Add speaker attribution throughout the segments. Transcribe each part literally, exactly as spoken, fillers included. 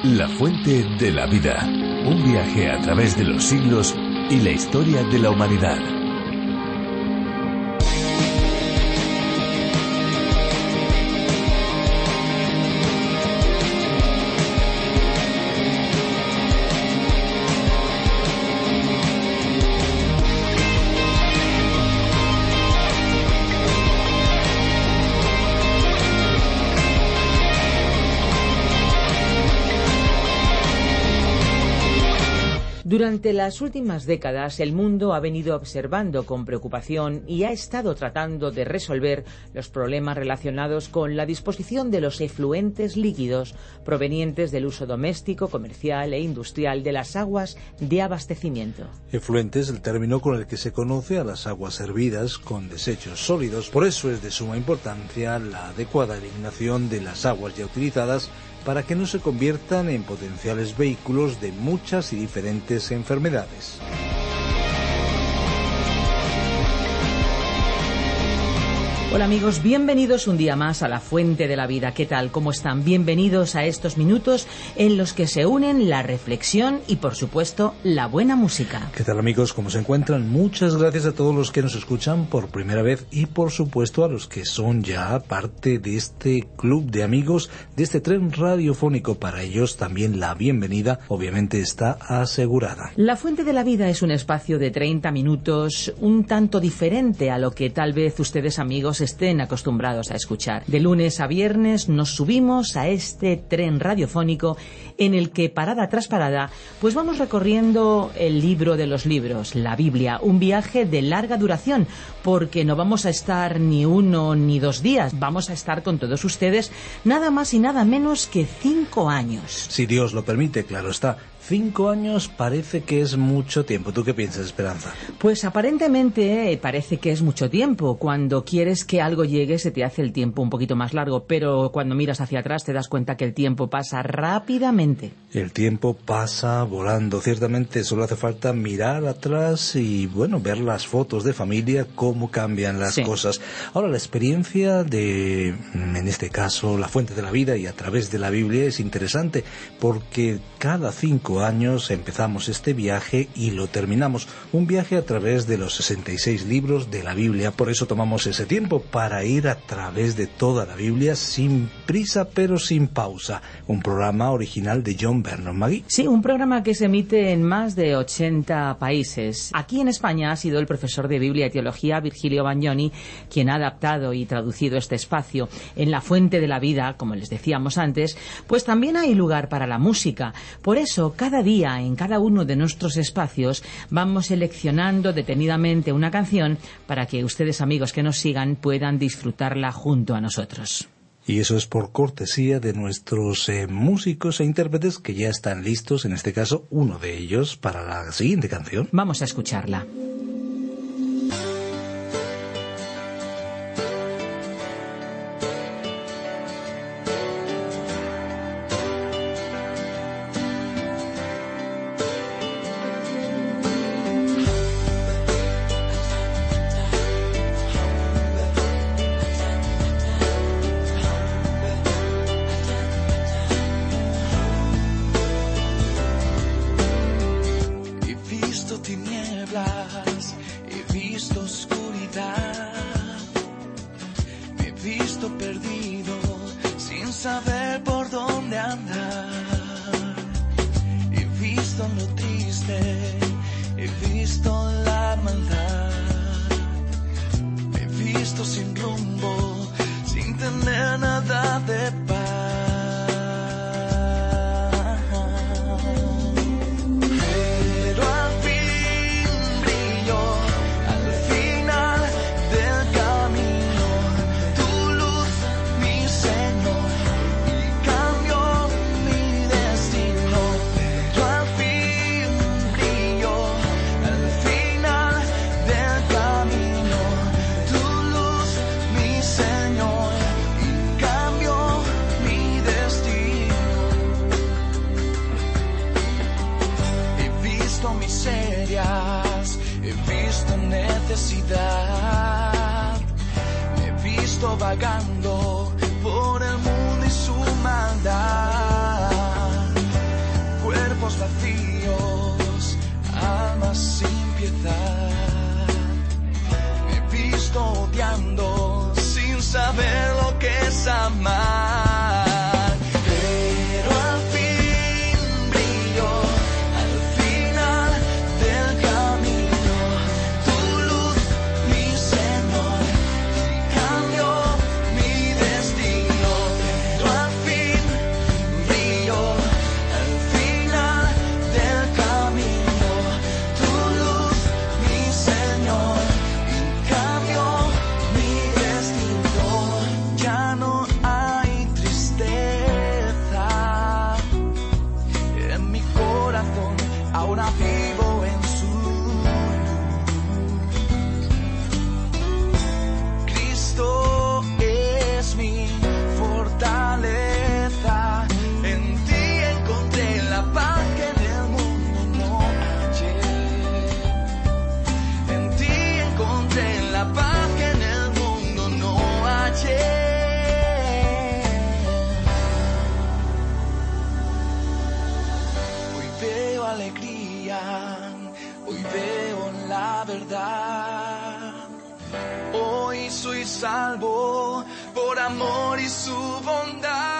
Speaker 1: La fuente de la vida. Un viaje a través de los siglos y la historia de la humanidad.
Speaker 2: Durante las últimas décadas, el mundo ha venido observando con preocupación y ha estado tratando de resolver los problemas relacionados con la disposición de los efluentes líquidos provenientes del uso doméstico, comercial e industrial de las aguas de abastecimiento.
Speaker 3: Efluente es el término con el que se conoce a las aguas servidas con desechos sólidos. Por eso es de suma importancia la adecuada eliminación de las aguas ya utilizadas para que no se conviertan en potenciales vehículos de muchas y diferentes enfermedades.
Speaker 2: Hola amigos, bienvenidos un día más a La Fuente de la Vida. ¿Qué tal? ¿Cómo están? Bienvenidos a estos minutos en los que se unen la reflexión y, por supuesto, la buena música.
Speaker 3: ¿Qué tal amigos? ¿Cómo se encuentran? Muchas gracias a todos los que nos escuchan por primera vez y, por supuesto, a los que son ya parte de este club de amigos, de este tren radiofónico. Para ellos también la bienvenida, obviamente, está asegurada.
Speaker 2: La Fuente de la Vida es un espacio de treinta minutos, un tanto diferente a lo que tal vez ustedes, amigos, estén acostumbrados a escuchar. De lunes a viernes nos subimos a este tren radiofónico en el que parada tras parada pues vamos recorriendo el libro de los libros, la Biblia, un viaje de larga duración, porque no vamos a estar ni uno ni dos días, vamos a estar con todos ustedes nada más y nada menos que cinco años.
Speaker 3: Si Dios lo permite, claro está. Cinco años parece que es mucho tiempo. ¿Tú qué piensas, Esperanza?
Speaker 2: Pues aparentemente parece que es mucho tiempo. Cuando quieres que algo llegue se te hace el tiempo un poquito más largo, pero cuando miras hacia atrás te das cuenta que el tiempo pasa rápidamente.
Speaker 3: El tiempo pasa volando. Ciertamente solo hace falta mirar atrás y, bueno, ver las fotos de familia, cómo cambian las
Speaker 2: sí.
Speaker 3: cosas. Ahora, la experiencia de, en este caso, La Fuente de la Vida y a través de la Biblia es interesante, porque cada cinco años empezamos este viaje y lo terminamos. Un viaje a través de los sesenta y seis libros de la Biblia. Por eso tomamos ese tiempo para ir a través de toda la Biblia sin prisa pero sin pausa. Un programa original de John Vernon Magui.
Speaker 2: Sí, un programa que se emite en más de ochenta países. Aquí en España ha sido el profesor de Biblia y Teología Virgilio Bagnoni quien ha adaptado y traducido este espacio. En La Fuente de la Vida, como les decíamos antes, pues también hay lugar para la música. Por eso, cada día, en cada uno de nuestros espacios, vamos seleccionando detenidamente una canción para que ustedes, amigos que nos sigan, puedan disfrutarla junto a nosotros.
Speaker 3: Y eso es por cortesía de nuestros eh, músicos e intérpretes que ya están listos, en este caso, uno de ellos, para la siguiente canción.
Speaker 2: Vamos a escucharla.
Speaker 4: Vagando por el mundo y su maldad. piedad. Me he visto odiando sin saber lo que es amar. Pero al fin brilló, al final del camino, tu luz, mi Señor, cambió mi destino. Pero al fin brilló, al final del camino, tu luz, mi Señor, cambió mi destino. Ya no hay tristeza en mi corazón, ahora vivo en su luz. Cristo es mi fortaleza, en ti encontré la paz que en el mundo no hallé. En ti encontré la paz que en el mundo no hallé. Hoy veo alegría, hoy veo la verdad. Hoy soy salvo por amor y su bondad.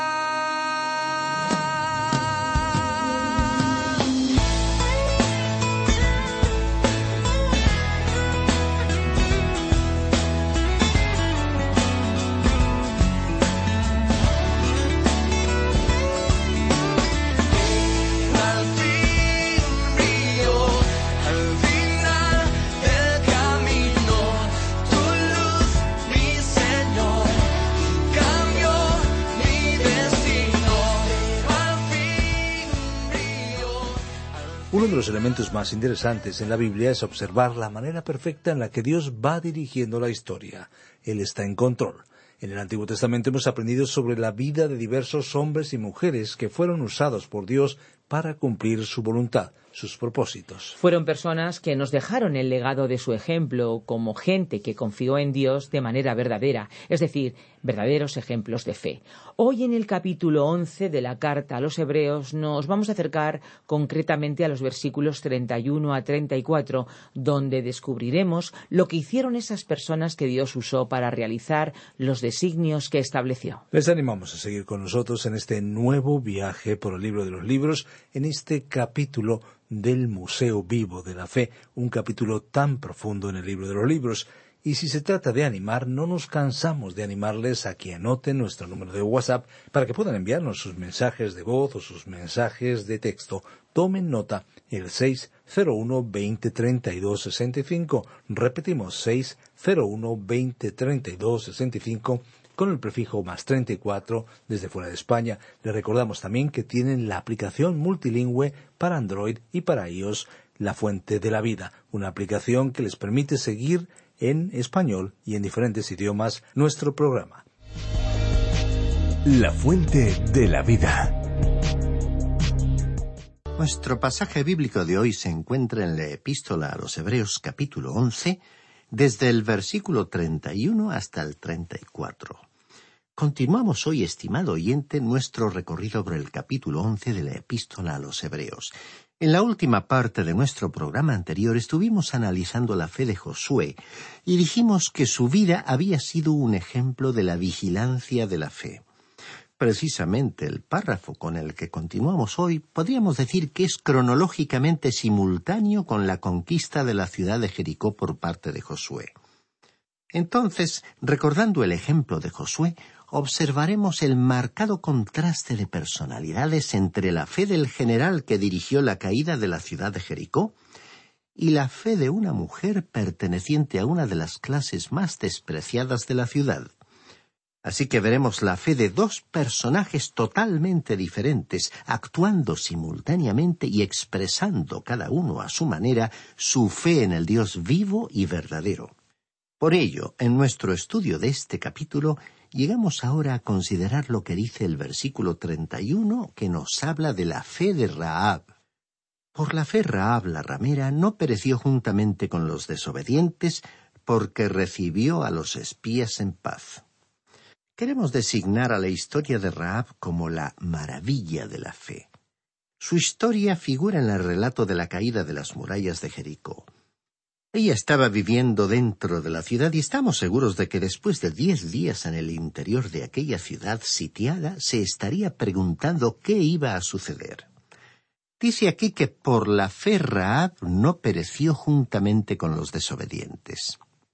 Speaker 4: Al fin brilló, al final del camino, tu luz, mi Señor, cambió mi destino. Al fin brilló.
Speaker 3: Uno de los elementos más interesantes en la Biblia es observar la manera perfecta en la que Dios va dirigiendo la historia. Él está en control. En el Antiguo Testamento hemos aprendido sobre la vida de diversos hombres y mujeres que fueron usados por Dios para cumplir su voluntad, sus propósitos.
Speaker 2: Fueron personas que nos dejaron el legado de su ejemplo como gente que confió en Dios de manera verdadera, es decir, verdaderos ejemplos de fe. Hoy en el capítulo once de la carta a los Hebreos nos vamos a acercar concretamente a los versículos treinta y uno a treinta y cuatro, donde descubriremos lo que hicieron esas personas que Dios usó para realizar los designios que estableció.
Speaker 3: Les animamos a seguir con nosotros en este nuevo viaje por el libro de los libros, en este capítulo del Museo Vivo de la Fe, un capítulo tan profundo en el libro de los libros. Y si se trata de animar, no nos cansamos de animarles a que anoten nuestro número de WhatsApp para que puedan enviarnos sus mensajes de voz o sus mensajes de texto. Tomen nota, el seis cero uno, veinte, treinta y dos, sesenta y cinco. Repetimos, seis cero uno, veinte, treinta y dos, sesenta y cinco. Con el prefijo más treinta y cuatro desde fuera de España. Les recordamos también que tienen la aplicación multilingüe para Android y para iOS, La Fuente de la Vida, una aplicación que les permite seguir en español y en diferentes idiomas nuestro programa.
Speaker 1: La Fuente de la Vida.
Speaker 5: Nuestro pasaje bíblico de hoy se encuentra en la Epístola a los Hebreos capítulo once, desde el versículo treinta y uno hasta el treinta y cuatro. Continuamos hoy, estimado oyente, nuestro recorrido por el capítulo once de la Epístola a los Hebreos. En la última parte de nuestro programa anterior estuvimos analizando la fe de Josué y dijimos que su vida había sido un ejemplo de la vigilancia de la fe. Precisamente el párrafo con el que continuamos hoy podríamos decir que es cronológicamente simultáneo con la conquista de la ciudad de Jericó por parte de Josué. Entonces, recordando el ejemplo de Josué, observaremos el marcado contraste de personalidades entre la fe del general que dirigió la caída de la ciudad de Jericó y la fe de una mujer perteneciente a una de las clases más despreciadas de la ciudad. Así que veremos la fe de dos personajes totalmente diferentes, actuando simultáneamente y expresando cada uno a su manera su fe en el Dios vivo y verdadero. Por ello, en nuestro estudio de este capítulo, llegamos ahora a considerar lo que dice el versículo treinta y uno, que nos habla de la fe de Rahab. Por la fe Rahab la ramera no pereció juntamente con los desobedientes, porque recibió a los espías en paz. Queremos designar a la historia de Rahab como la maravilla de la fe. Su historia figura en el relato de la caída de las murallas de Jericó. Ella estaba viviendo dentro de la ciudad y estamos seguros de que después de diez días en el interior de aquella ciudad sitiada se estaría preguntando qué iba a suceder. Dice aquí que por la fe Rahab no pereció juntamente con los desobedientes.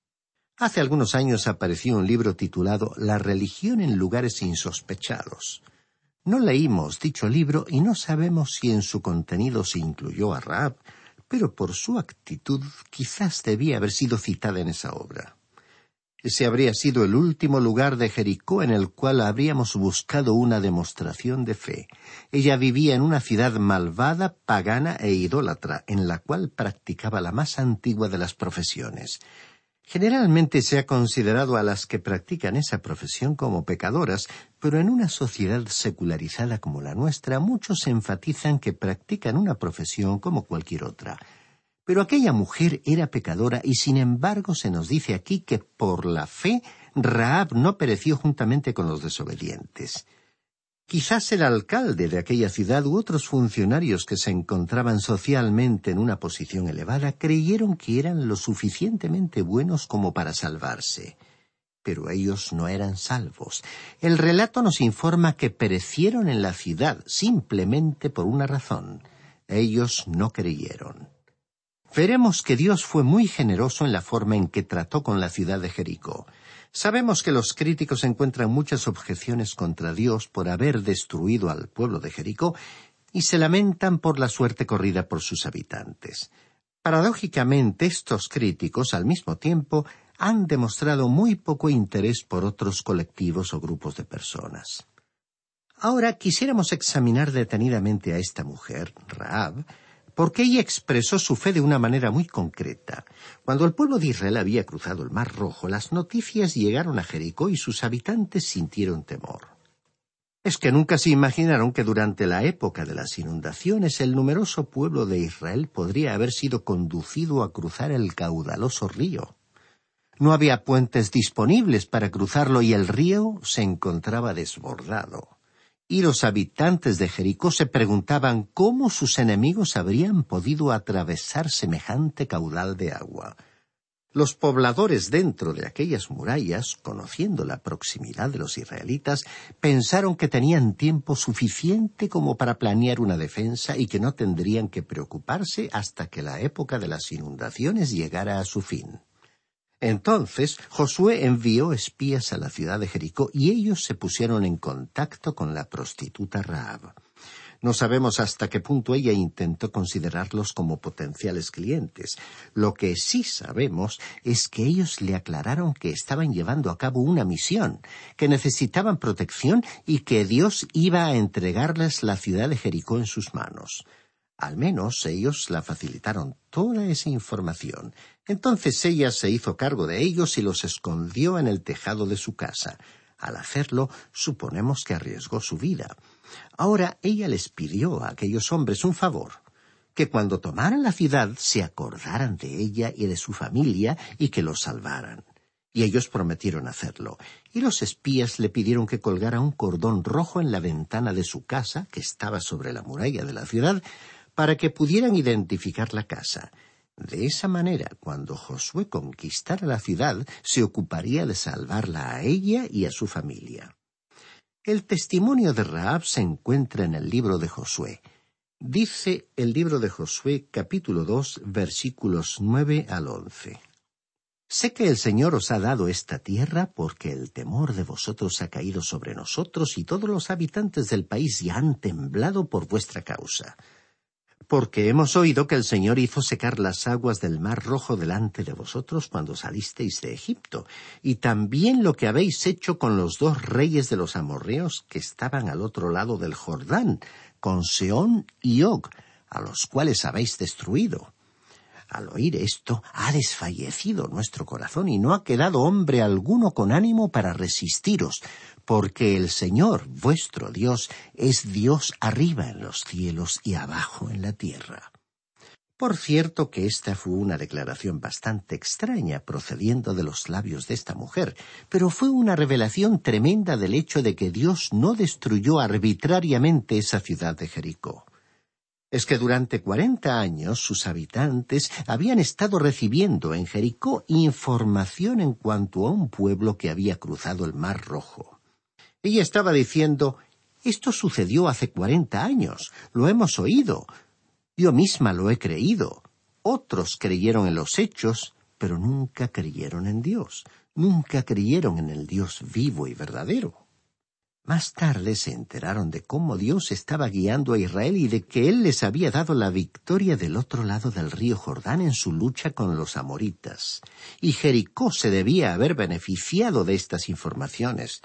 Speaker 5: Hace algunos años apareció un libro titulado La religión en lugares insospechados. No leímos dicho libro y no sabemos si en su contenido se incluyó a Rahab, pero por su actitud quizás debía haber sido citada en esa obra. Ese habría sido el último lugar de Jericó en el cual habríamos buscado una demostración de fe. Ella vivía en una ciudad malvada, pagana e idólatra, en la cual practicaba la más antigua de las profesiones. Generalmente se ha considerado a las que practican esa profesión como pecadoras, pero en una sociedad secularizada como la nuestra, muchos enfatizan que practican una profesión como cualquier otra. Pero aquella mujer era pecadora y sin embargo se nos dice aquí que por la fe Rahab no pereció juntamente con los desobedientes. Quizás el alcalde de aquella ciudad u otros funcionarios que se encontraban socialmente en una posición elevada creyeron que eran lo suficientemente buenos como para salvarse. Pero ellos no eran salvos. El relato nos informa que perecieron en la ciudad simplemente por una razón. Ellos no creyeron. Veremos que Dios fue muy generoso en la forma en que trató con la ciudad de Jericó. Sabemos que los críticos encuentran muchas objeciones contra Dios por haber destruido al pueblo de Jericó y se lamentan por la suerte corrida por sus habitantes. Paradójicamente, estos críticos, al mismo tiempo, han demostrado muy poco interés por otros colectivos o grupos de personas. Ahora quisiéramos examinar detenidamente a esta mujer, Rahab, porque ella expresó su fe de una manera muy concreta. Cuando el pueblo de Israel había cruzado el Mar Rojo, las noticias llegaron a Jericó y sus habitantes sintieron temor. Es que nunca se imaginaron que durante la época de las inundaciones el numeroso pueblo de Israel podría haber sido conducido a cruzar el caudaloso río. No había puentes disponibles para cruzarlo y el río se encontraba desbordado. Y los habitantes de Jericó se preguntaban cómo sus enemigos habrían podido atravesar semejante caudal de agua. Los pobladores dentro de aquellas murallas, conociendo la proximidad de los israelitas, pensaron que tenían tiempo suficiente como para planear una defensa y que no tendrían que preocuparse hasta que la época de las inundaciones llegara a su fin. Entonces Josué envió espías a la ciudad de Jericó y ellos se pusieron en contacto con la prostituta Rahab. No sabemos hasta qué punto ella intentó considerarlos como potenciales clientes. Lo que sí sabemos es que ellos le aclararon que estaban llevando a cabo una misión, que necesitaban protección y que Dios iba a entregarles la ciudad de Jericó en sus manos. Al menos ellos la facilitaron toda esa información. Entonces ella se hizo cargo de ellos y los escondió en el tejado de su casa. Al hacerlo, suponemos que arriesgó su vida. Ahora ella les pidió a aquellos hombres un favor, que cuando tomaran la ciudad se acordaran de ella y de su familia y que los salvaran. Y ellos prometieron hacerlo. Y los espías le pidieron que colgara un cordón rojo en la ventana de su casa, que estaba sobre la muralla de la ciudad, para que pudieran identificar la casa. De esa manera, cuando Josué conquistara la ciudad, se ocuparía de salvarla a ella y a su familia. El testimonio de Rahab se encuentra en el libro de Josué. Dice el libro de Josué, capítulo dos, versículos nueve al once. Sé que el Señor os ha dado esta tierra porque el temor de vosotros ha caído sobre nosotros y todos los habitantes del país ya han temblado por vuestra causa. Porque hemos oído que el Señor hizo secar las aguas del Mar Rojo delante de vosotros cuando salisteis de Egipto, y también lo que habéis hecho con los dos reyes de los amorreos que estaban al otro lado del Jordán, con Sehón y Og, a los cuales habéis destruido. Al oír esto, ha desfallecido nuestro corazón y no ha quedado hombre alguno con ánimo para resistiros, porque el Señor, vuestro Dios, es Dios arriba en los cielos y abajo en la tierra. Por cierto que esta fue una declaración bastante extraña procediendo de los labios de esta mujer, pero fue una revelación tremenda del hecho de que Dios no destruyó arbitrariamente esa ciudad de Jericó. es que durante cuarenta años sus habitantes habían estado recibiendo en Jericó información en cuanto a un pueblo que había cruzado el Mar Rojo. Ella estaba diciendo: «Esto sucedió hace cuarenta años, lo hemos oído, yo misma lo he creído». Otros creyeron en los hechos, pero nunca creyeron en Dios, nunca creyeron en el Dios vivo y verdadero. Más tarde se enteraron de cómo Dios estaba guiando a Israel y de que Él les había dado la victoria del otro lado del río Jordán en su lucha con los amoritas. Y Jericó se debía haber beneficiado de estas informaciones.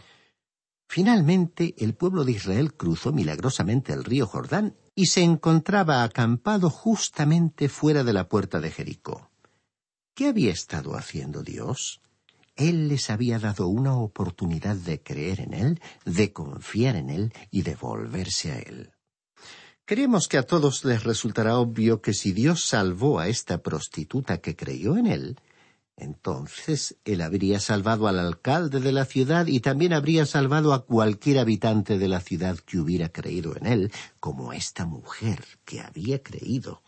Speaker 5: Finalmente, el pueblo de Israel cruzó milagrosamente el río Jordán y se encontraba acampado justamente fuera de la puerta de Jericó. ¿Qué había estado haciendo Dios? Él les había dado una oportunidad de creer en Él, de confiar en Él y de volverse a Él. Creemos que a todos les resultará obvio que si Dios salvó a esta prostituta que creyó en Él, entonces Él habría salvado al alcalde de la ciudad y también habría salvado a cualquier habitante de la ciudad que hubiera creído en Él, como esta mujer que había creído.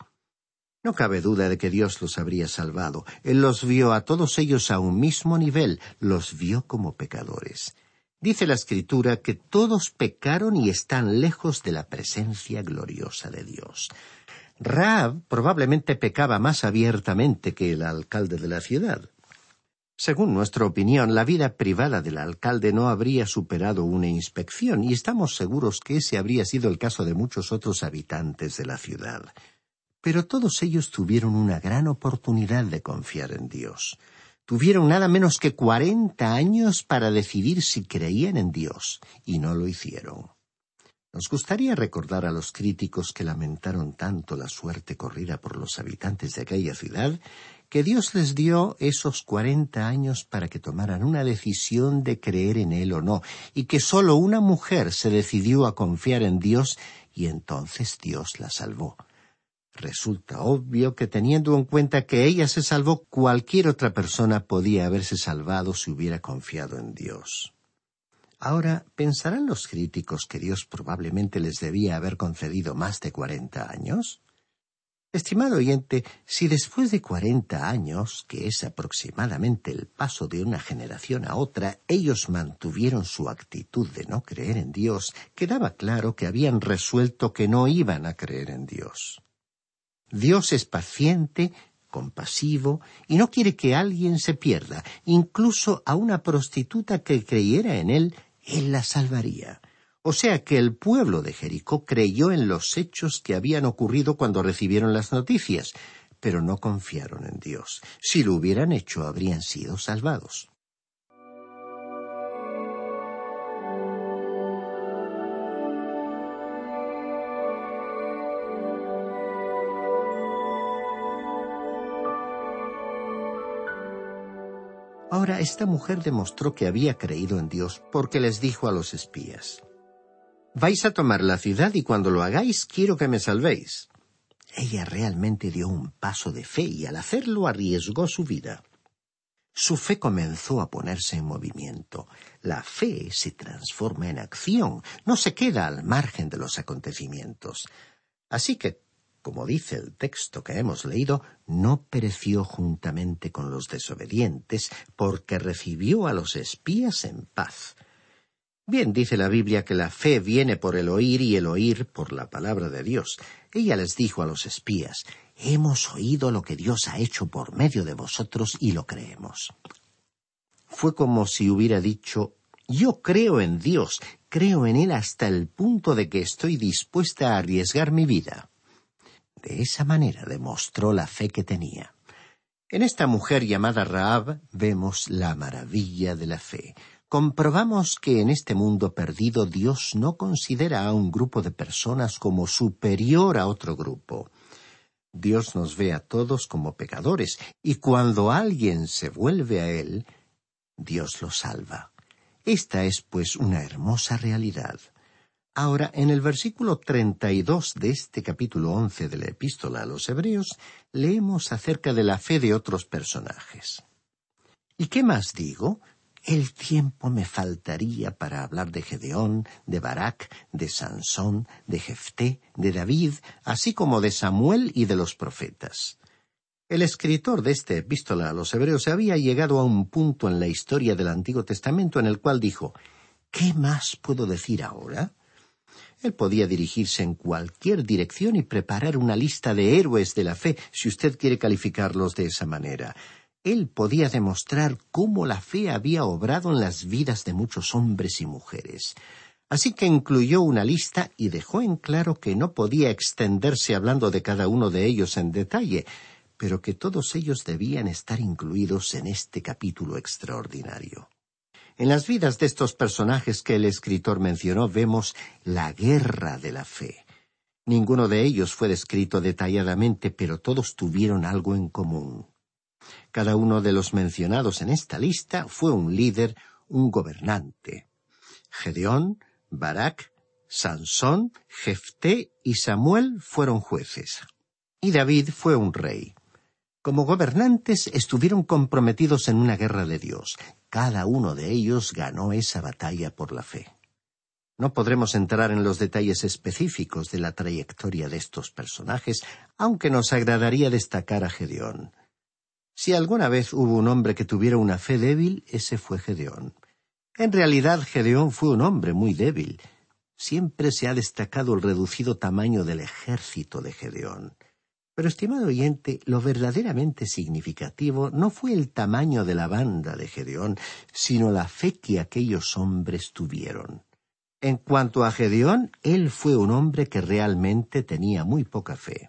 Speaker 5: No cabe duda de que Dios los habría salvado. Él los vio a todos ellos a un mismo nivel, los vio como pecadores. Dice la Escritura que todos pecaron y están lejos de la presencia gloriosa de Dios. Rahab probablemente pecaba más abiertamente que el alcalde de la ciudad. Según nuestra opinión, la vida privada del alcalde no habría superado una inspección, y estamos seguros que ese habría sido el caso de muchos otros habitantes de la ciudad. Pero todos ellos tuvieron una gran oportunidad de confiar en Dios. Tuvieron nada menos que cuarenta años para decidir si creían en Dios, y no lo hicieron. Nos gustaría recordar a los críticos que lamentaron tanto la suerte corrida por los habitantes de aquella ciudad, que Dios les dio esos cuarenta años para que tomaran una decisión de creer en Él o no, y que solo una mujer se decidió a confiar en Dios, y entonces Dios la salvó. Resulta obvio que, teniendo en cuenta que ella se salvó, cualquier otra persona podía haberse salvado si hubiera confiado en Dios. Ahora, ¿pensarán los críticos que Dios probablemente les debía haber concedido más de cuarenta años? Estimado oyente, si después de cuarenta años, que es aproximadamente el paso de una generación a otra, ellos mantuvieron su actitud de no creer en Dios, quedaba claro que habían resuelto que no iban a creer en Dios. Dios es paciente, compasivo, y no quiere que alguien se pierda. Incluso a una prostituta que creyera en Él, Él la salvaría. O sea que el pueblo de Jericó creyó en los hechos que habían ocurrido cuando recibieron las noticias, pero no confiaron en Dios. Si lo hubieran hecho, habrían sido salvados. Ahora, esta mujer demostró que había creído en Dios porque les dijo a los espías: «Vais a tomar la ciudad y cuando lo hagáis quiero que me salvéis». Ella realmente dio un paso de fe y al hacerlo arriesgó su vida. Su fe comenzó a ponerse en movimiento. La fe se transforma en acción, no se queda al margen de los acontecimientos. Así que, como dice el texto que hemos leído, no pereció juntamente con los desobedientes, porque recibió a los espías en paz. Bien, dice la Biblia que la fe viene por el oír y el oír por la palabra de Dios. Ella les dijo a los espías: «Hemos oído lo que Dios ha hecho por medio de vosotros y lo creemos». Fue como si hubiera dicho: «Yo creo en Dios, creo en Él hasta el punto de que estoy dispuesta a arriesgar mi vida». De esa manera demostró la fe que tenía. En esta mujer llamada Rahab vemos la maravilla de la fe. Comprobamos que en este mundo perdido Dios no considera a un grupo de personas como superior a otro grupo. Dios nos ve a todos como pecadores, y cuando alguien se vuelve a Él, Dios lo salva. Esta es, pues, una hermosa realidad. Ahora, en el versículo treinta y dos de este capítulo once de la Epístola a los Hebreos, leemos acerca de la fe de otros personajes. ¿Y qué más digo? el tiempo me faltaría para hablar de Gedeón, de Barak, de Sansón, de Jefté, de David, así como de Samuel y de los profetas. El escritor de esta epístola a los Hebreos había llegado a un punto en la historia del Antiguo Testamento en el cual dijo: ¿qué más puedo decir ahora? Él podía dirigirse en cualquier dirección y preparar una lista de héroes de la fe, si usted quiere calificarlos de esa manera. Él podía demostrar cómo la fe había obrado en las vidas de muchos hombres y mujeres. Así que incluyó una lista y dejó en claro que no podía extenderse hablando de cada uno de ellos en detalle, pero que todos ellos debían estar incluidos en este capítulo extraordinario. En las vidas de estos personajes que el escritor mencionó vemos la guerra de la fe. Ninguno de ellos fue descrito detalladamente, pero todos tuvieron algo en común. Cada uno de los mencionados en esta lista fue un líder, un gobernante. Gedeón, Barak, Sansón, Jefté y Samuel fueron jueces. Y David fue un rey. Como gobernantes estuvieron comprometidos en una guerra de Dios. Cada uno de ellos ganó esa batalla por la fe. No podremos entrar en los detalles específicos de la trayectoria de estos personajes, aunque nos agradaría destacar a Gedeón. Si alguna vez hubo un hombre que tuviera una fe débil, ese fue Gedeón. En realidad, Gedeón fue un hombre muy débil. Siempre se ha destacado el reducido tamaño del ejército de Gedeón. Pero, estimado oyente, lo verdaderamente significativo no fue el tamaño de la banda de Gedeón, sino la fe que aquellos hombres tuvieron. En cuanto a Gedeón, él fue un hombre que realmente tenía muy poca fe.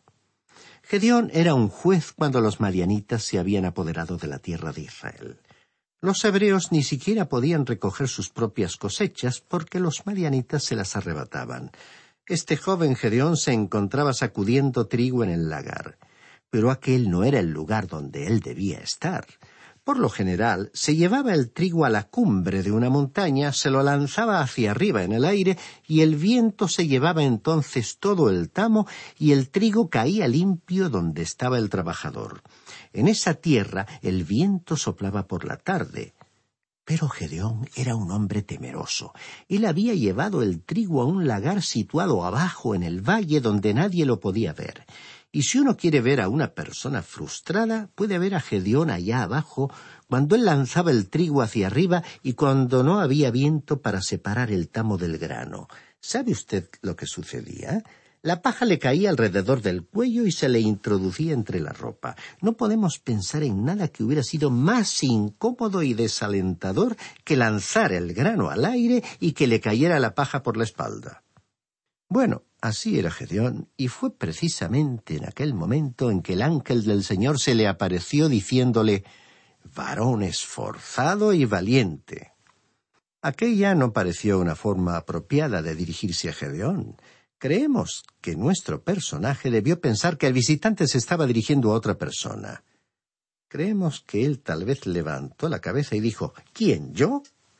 Speaker 5: Gedeón era un juez cuando los madianitas se habían apoderado de la tierra de Israel. Los hebreos ni siquiera podían recoger sus propias cosechas porque los madianitas se las arrebataban. Este joven Gedeón se encontraba sacudiendo trigo en el lagar, pero aquel no era el lugar donde él debía estar. Por lo general, se llevaba el trigo a la cumbre de una montaña, se lo lanzaba hacia arriba en el aire, y el viento se llevaba entonces todo el tamo, y el trigo caía limpio donde estaba el trabajador. En esa tierra el viento soplaba por la tarde. Pero Gedeón era un hombre temeroso. Él había llevado el trigo a un lagar situado abajo en el valle donde nadie lo podía ver. Y si uno quiere ver a una persona frustrada, puede ver a Gedeón allá abajo, cuando él lanzaba el trigo hacia arriba y cuando no había viento para separar el tamo del grano. ¿Sabe usted lo que sucedía? La paja le caía alrededor del cuello y se le introducía entre la ropa. No podemos pensar en nada que hubiera sido más incómodo y desalentador que lanzar el grano al aire y que le cayera la paja por la espalda. Bueno, así era Gedeón, y fue precisamente en aquel momento en que el ángel del Señor se le apareció diciéndole: «Varón esforzado y valiente». Aquella no pareció una forma apropiada de dirigirse a Gedeón. Creemos que nuestro personaje debió pensar que el visitante se estaba dirigiendo a otra persona. Creemos que él tal vez levantó la cabeza y dijo: «¿Quién, yo?».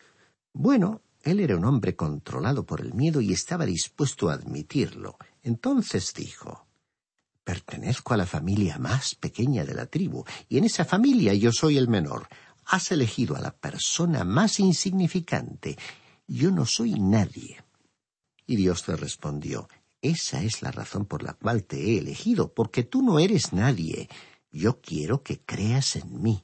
Speaker 5: Bueno, él era un hombre controlado por el miedo y estaba dispuesto a admitirlo. Entonces dijo: «Pertenezco a la familia más pequeña de la tribu, y en esa familia yo soy el menor. Has elegido a la persona más insignificante. Yo no soy nadie». Y Dios le respondió: «Esa es la razón por la cual te he elegido, porque tú no eres nadie. Yo quiero que creas en mí».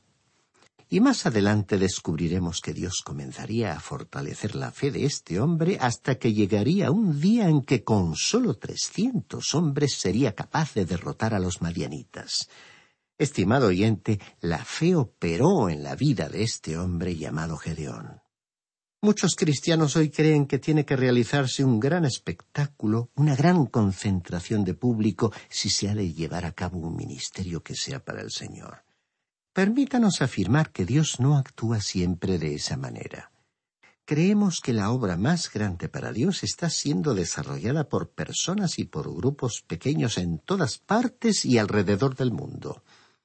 Speaker 5: Y más adelante descubriremos que Dios comenzaría a fortalecer la fe de este hombre hasta que llegaría un día en que con solo trescientos hombres sería capaz de derrotar a los madianitas. Estimado oyente, la fe operó en la vida de este hombre llamado Gedeón. Muchos cristianos hoy creen que tiene que realizarse un gran espectáculo, una gran concentración de público, si se ha de llevar a cabo un ministerio que sea para el Señor. Permítanos afirmar que Dios no actúa siempre de esa manera. Creemos que la obra más grande para Dios está siendo desarrollada por personas y por grupos pequeños en todas partes y alrededor del mundo.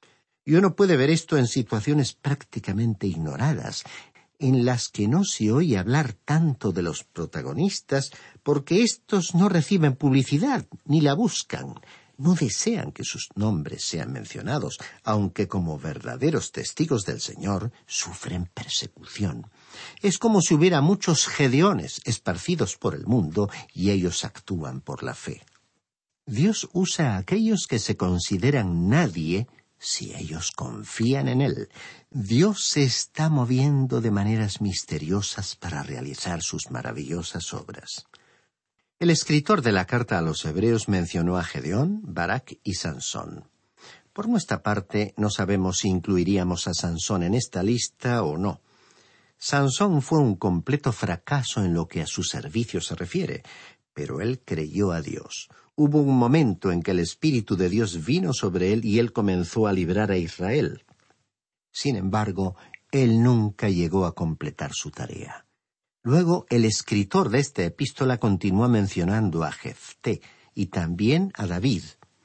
Speaker 5: Y uno puede ver esto en situaciones prácticamente ignoradas, en las que no se oye hablar tanto de los protagonistas, porque éstos no reciben publicidad ni la buscan. No desean que sus nombres sean mencionados, aunque como verdaderos testigos del Señor sufren persecución. Es como si hubiera muchos Gedeones esparcidos por el mundo y ellos actúan por la fe. Dios usa a aquellos que se consideran nadie si ellos confían en Él. Dios se está moviendo de maneras misteriosas para realizar sus maravillosas obras. El escritor de la carta a los Hebreos mencionó a Gedeón, Barak y Sansón. Por nuestra parte, no sabemos si incluiríamos a Sansón en esta lista o no. Sansón fue un completo fracaso en lo que a su servicio se refiere, pero él creyó a Dios. Hubo un momento en que el Espíritu de Dios vino sobre él y él comenzó a librar a Israel. Sin embargo, él nunca llegó a completar su tarea. Luego, el escritor de esta epístola continúa mencionando a Jefté y también a David.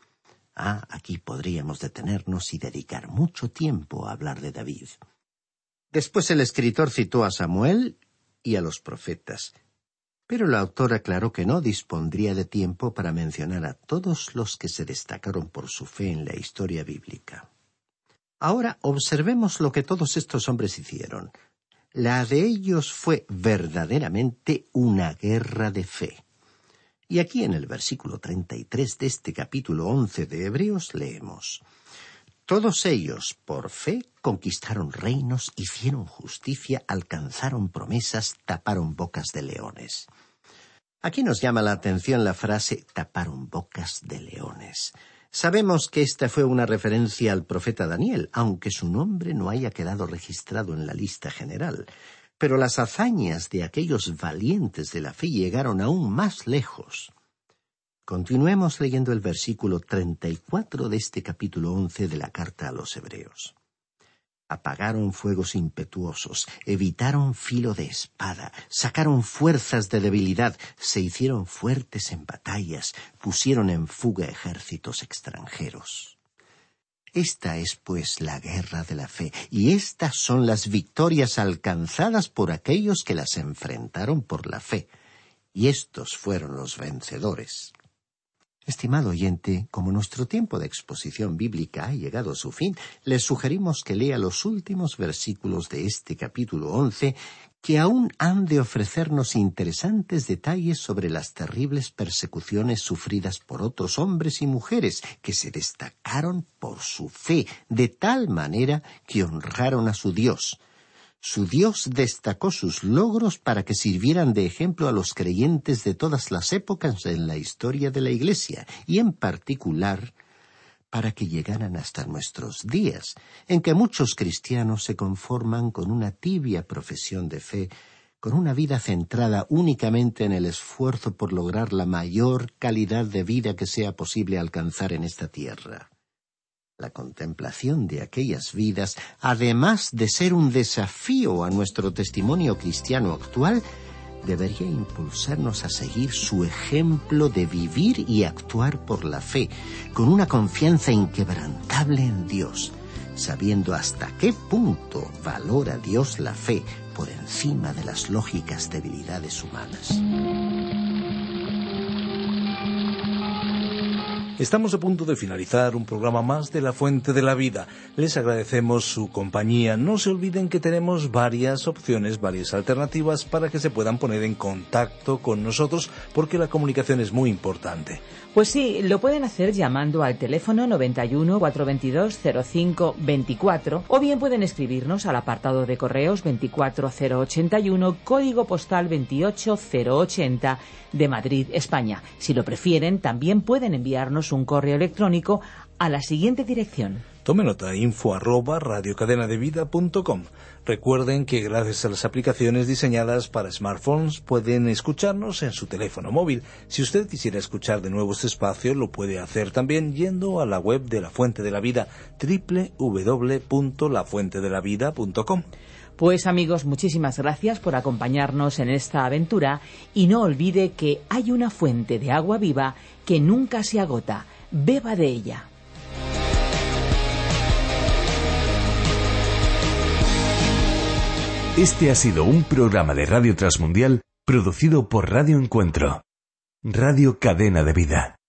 Speaker 5: Ah, aquí podríamos detenernos y dedicar mucho tiempo a hablar de David. Después el escritor citó a Samuel y a los profetas, pero el autor aclaró que no dispondría de tiempo para mencionar a todos los que se destacaron por su fe en la historia bíblica. Ahora observemos lo que todos estos hombres hicieron. La de ellos fue verdaderamente una guerra de fe. Y aquí en el versículo treinta y tres de este capítulo once de Hebreos leemos: Todos ellos, por fe, conquistaron reinos, hicieron justicia, alcanzaron promesas, taparon bocas de leones. Aquí nos llama la atención la frase taparon bocas de leones. Sabemos que esta fue una referencia al profeta Daniel, aunque su nombre no haya quedado registrado en la lista general. Pero las hazañas de aquellos valientes de la fe llegaron aún más lejos. Continuemos leyendo el versículo treinta y cuatro de este capítulo once de la carta a los Hebreos. Apagaron fuegos impetuosos, evitaron filo de espada, sacaron fuerzas de debilidad, se hicieron fuertes en batallas, pusieron en fuga ejércitos extranjeros. Esta es, pues, la guerra de la fe, y estas son las victorias alcanzadas por aquellos que las enfrentaron por la fe, y estos fueron los vencedores. Estimado oyente, como nuestro tiempo de exposición bíblica ha llegado a su fin, les sugerimos que lea los últimos versículos de este capítulo once, que aún han de ofrecernos interesantes detalles sobre las terribles persecuciones sufridas por otros hombres y mujeres que se destacaron por su fe, de tal manera que honraron a su Dios. Su Dios destacó sus logros para que sirvieran de ejemplo a los creyentes de todas las épocas en la historia de la Iglesia, y en particular para que llegaran hasta nuestros días, en que muchos cristianos se conforman con una tibia profesión de fe, con una vida centrada únicamente en el esfuerzo por lograr la mayor calidad de vida que sea posible alcanzar en esta tierra. La contemplación de aquellas vidas, además de ser un desafío a nuestro testimonio cristiano actual, debería impulsarnos a seguir su ejemplo de vivir y actuar por la fe, con una confianza inquebrantable en Dios, sabiendo hasta qué punto valora Dios la fe por encima de las lógicas debilidades humanas.
Speaker 3: Estamos a punto de finalizar un programa más de La Fuente de la Vida. Les agradecemos su compañía. No se olviden que tenemos varias opciones, varias alternativas para que se puedan poner en contacto con nosotros, porque la comunicación es muy importante.
Speaker 2: Pues sí, lo pueden hacer llamando al teléfono noventa y uno, cuatrocientos veintidós, cero cinco veinticuatro, o bien pueden escribirnos al apartado de correos veinticuatro cero ochenta y uno, código postal veintiocho cero ochenta de Madrid, España. Si lo prefieren, también pueden enviarnos un correo electrónico a la siguiente dirección.
Speaker 3: Tome nota, info arroba radiocadenadevida punto com. Recuerden que gracias a las aplicaciones diseñadas para smartphones pueden escucharnos en su teléfono móvil. Si usted quisiera escuchar de nuevo este espacio, lo puede hacer también yendo a la web de La Fuente de la Vida, doble u doble u doble u punto la fuente de la vida punto com.
Speaker 2: Pues amigos, muchísimas gracias por acompañarnos en esta aventura, y no olvide que hay una fuente de agua viva que nunca se agota. Beba de ella.
Speaker 1: Este ha sido un programa de Radio Transmundial producido por Radio Encuentro, Radio Cadena de Vida.